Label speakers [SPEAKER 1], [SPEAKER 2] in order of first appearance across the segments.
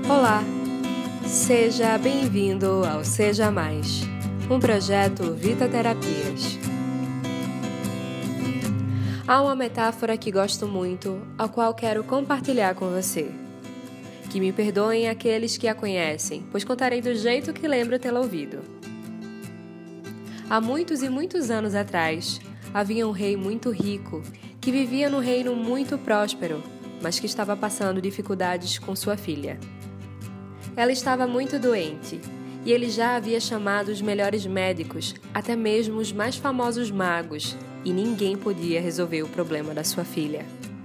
[SPEAKER 1] Olá, seja bem-vindo ao Seja Mais, um projeto Vita Terapias. Há uma metáfora que gosto muito, a qual quero compartilhar com você. Que me perdoem aqueles que a conhecem, pois contarei do jeito que lembro tê-la ouvido. Há muitos e muitos anos atrás, havia um rei muito rico que vivia num reino muito próspero, mas que estava passando dificuldades com sua filha. Ela estava muito doente, e ele já havia chamado os melhores médicos, até mesmo os mais famosos magos, e ninguém podia resolver o problema da sua filha.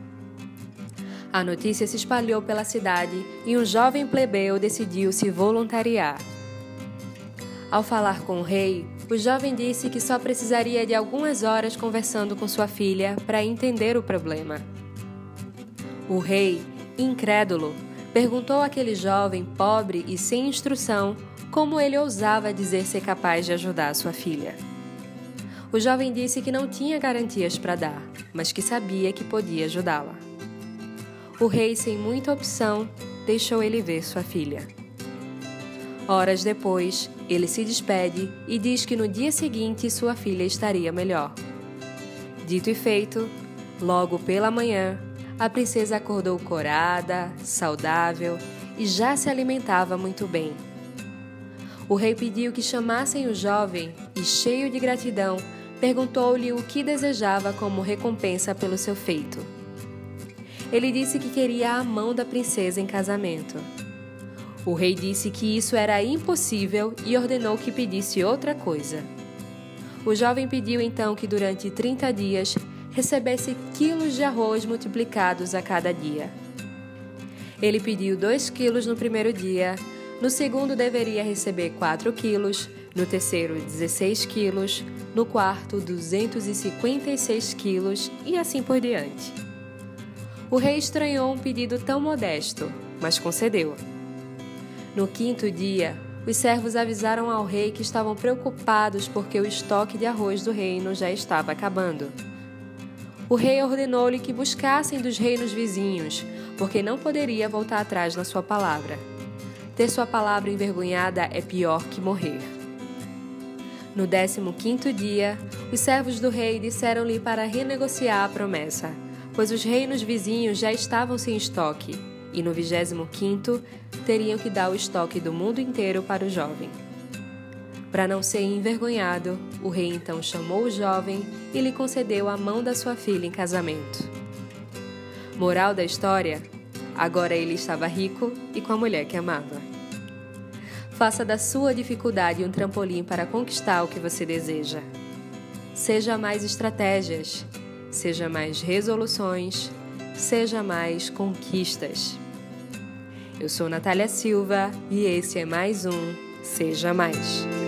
[SPEAKER 1] A notícia se espalhou pela cidade e um jovem plebeu decidiu se voluntariar. Ao falar com o rei, o jovem disse que só precisaria de algumas horas conversando com sua filha para entender o problema. O rei, incrédulo, perguntou àquele jovem pobre e sem instrução como ele ousava dizer ser capaz de ajudar sua filha. O jovem disse que não tinha garantias para dar, mas que sabia que podia ajudá-la. O rei, sem muita opção, deixou ele ver sua filha. Horas depois, ele se despede e diz que no dia seguinte sua filha estaria melhor. Dito e feito, logo pela manhã, a princesa acordou corada, saudável e já se alimentava muito bem. O rei pediu que chamassem o jovem e, cheio de gratidão, perguntou-lhe o que desejava como recompensa pelo seu feito. Ele disse que queria a mão da princesa em casamento. O rei disse que isso era impossível e ordenou que pedisse outra coisa. O jovem pediu então que durante 30 dias recebesse quilos de arroz multiplicados a cada dia. Ele pediu 2 quilos no primeiro dia, no segundo deveria receber 4 quilos, no terceiro 16 quilos, no quarto 256 quilos e assim por diante. O rei estranhou um pedido tão modesto, mas concedeu. No 5º dia, os servos avisaram ao rei que estavam preocupados porque o estoque de arroz do reino já estava acabando. O rei ordenou-lhe que buscassem dos reinos vizinhos, porque não poderia voltar atrás na sua palavra. Ter sua palavra envergonhada é pior que morrer. No 15º dia, os servos do rei disseram-lhe para renegociar a promessa, pois os reinos vizinhos já estavam sem estoque, e no 25º teriam que dar o estoque do mundo inteiro para o jovem. Para não ser envergonhado, o rei então chamou o jovem e lhe concedeu a mão da sua filha em casamento. Moral da história: agora ele estava rico e com a mulher que amava. Faça da sua dificuldade um trampolim para conquistar o que você deseja. Seja mais estratégias, seja mais resoluções, seja mais conquistas. Eu sou Natália Silva e esse é mais um Seja Mais.